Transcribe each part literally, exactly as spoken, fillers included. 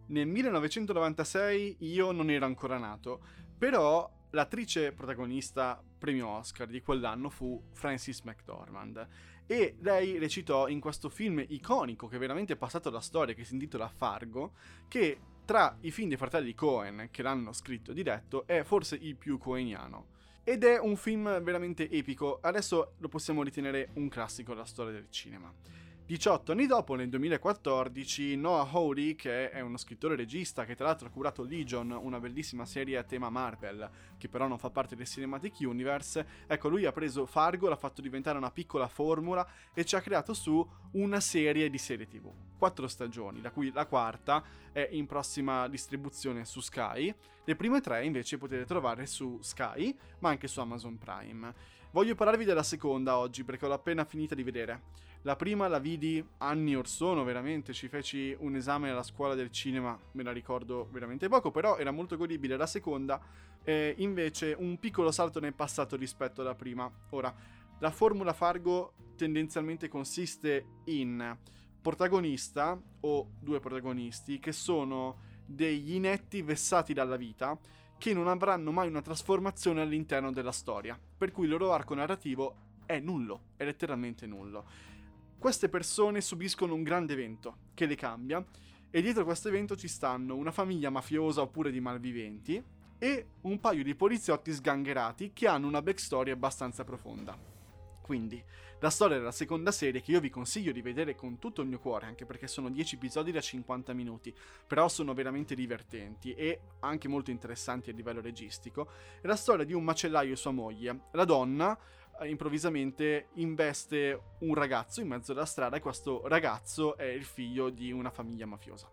Nel millenovecentonovantasei io non ero ancora nato, però l'attrice protagonista premio Oscar di quell'anno fu Frances McDormand e lei recitò in questo film iconico che veramente è passato alla storia, che si intitola Fargo, che tra i film dei fratelli Coen che l'hanno scritto e diretto è forse il più coeniano. Ed è un film veramente epico, adesso lo possiamo ritenere un classico della storia del cinema. diciotto anni dopo, nel duemilaquattordici, Noah Hawley, che è uno scrittore e regista che tra l'altro ha curato Legion, una bellissima serie a tema Marvel, che però non fa parte del Cinematic Universe, ecco, lui ha preso Fargo, l'ha fatto diventare una piccola formula e ci ha creato su una serie di serie tivù. Quattro stagioni, da cui la quarta è in prossima distribuzione su Sky. Le prime tre invece potete trovare su Sky, ma anche su Amazon Prime. Voglio parlarvi della seconda oggi perché l'ho appena finita di vedere. La prima la vidi anni or sono, veramente, ci feci un esame alla scuola del cinema, me la ricordo veramente poco, però era molto godibile. La seconda è invece un piccolo salto nel passato rispetto alla prima. Ora, la formula Fargo tendenzialmente consiste in protagonista o due protagonisti che sono degli inetti vessati dalla vita che non avranno mai una trasformazione all'interno della storia, per cui il loro arco narrativo è nullo, è letteralmente nullo. Queste persone subiscono un grande evento che le cambia e dietro questo evento ci stanno una famiglia mafiosa oppure di malviventi e un paio di poliziotti sgangherati che hanno una backstory abbastanza profonda. Quindi, la storia della seconda serie, che io vi consiglio di vedere con tutto il mio cuore, anche perché sono dieci episodi da cinquanta minuti, però sono veramente divertenti e anche molto interessanti a livello registico, è la storia di un macellaio e sua moglie. La donna improvvisamente investe un ragazzo in mezzo alla strada e questo ragazzo è il figlio di una famiglia mafiosa.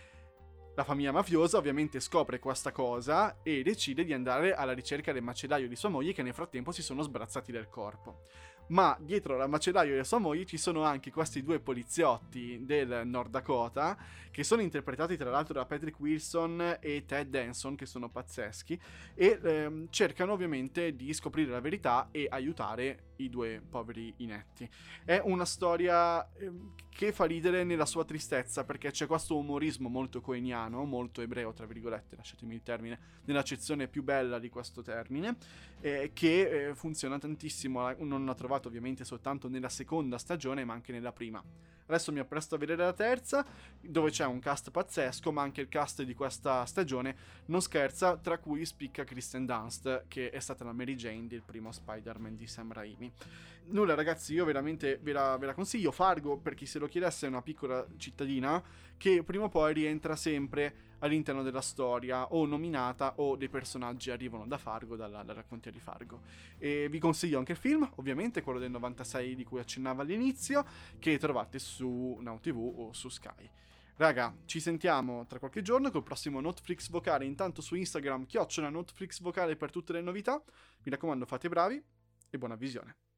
La famiglia mafiosa ovviamente scopre questa cosa e decide di andare alla ricerca del macellaio di sua moglie che nel frattempo si sono sbarazzati del corpo. Ma dietro al macellaio e sua moglie ci sono anche questi due poliziotti del Nord Dakota che sono interpretati tra l'altro da Patrick Wilson e Ted Danson, che sono pazzeschi, e ehm, cercano ovviamente di scoprire la verità e aiutare i due poveri inetti. È una storia ehm, che fa ridere nella sua tristezza perché c'è questo umorismo molto coeniano, molto ebreo tra virgolette, lasciatemi il termine, nell'accezione più bella di questo termine, eh, che eh, funziona tantissimo. Non l'ho trovato ovviamente soltanto nella seconda stagione ma anche nella prima. Adesso mi appresto a vedere la terza, dove c'è un cast pazzesco, ma anche il cast di questa stagione non scherza, tra cui spicca Kristen Dunst, che è stata la Mary Jane del primo Spider-Man di Sam Raimi. Nulla ragazzi, io veramente ve la, ve la consiglio. Fargo, per chi se lo chiedesse, è una piccola cittadina che prima o poi rientra sempre all'interno della storia, o nominata, o dei personaggi arrivano da Fargo, dalla, dalla contea di Fargo. E vi consiglio anche il film, ovviamente, quello del novantasei di cui accennavo all'inizio, che trovate su Now ti vu o su Sky. Raga, ci sentiamo tra qualche giorno col prossimo Notflix Vocale. Intanto su Instagram chiocciola Notflix Vocale per tutte le novità. Mi raccomando, fate bravi e buona visione.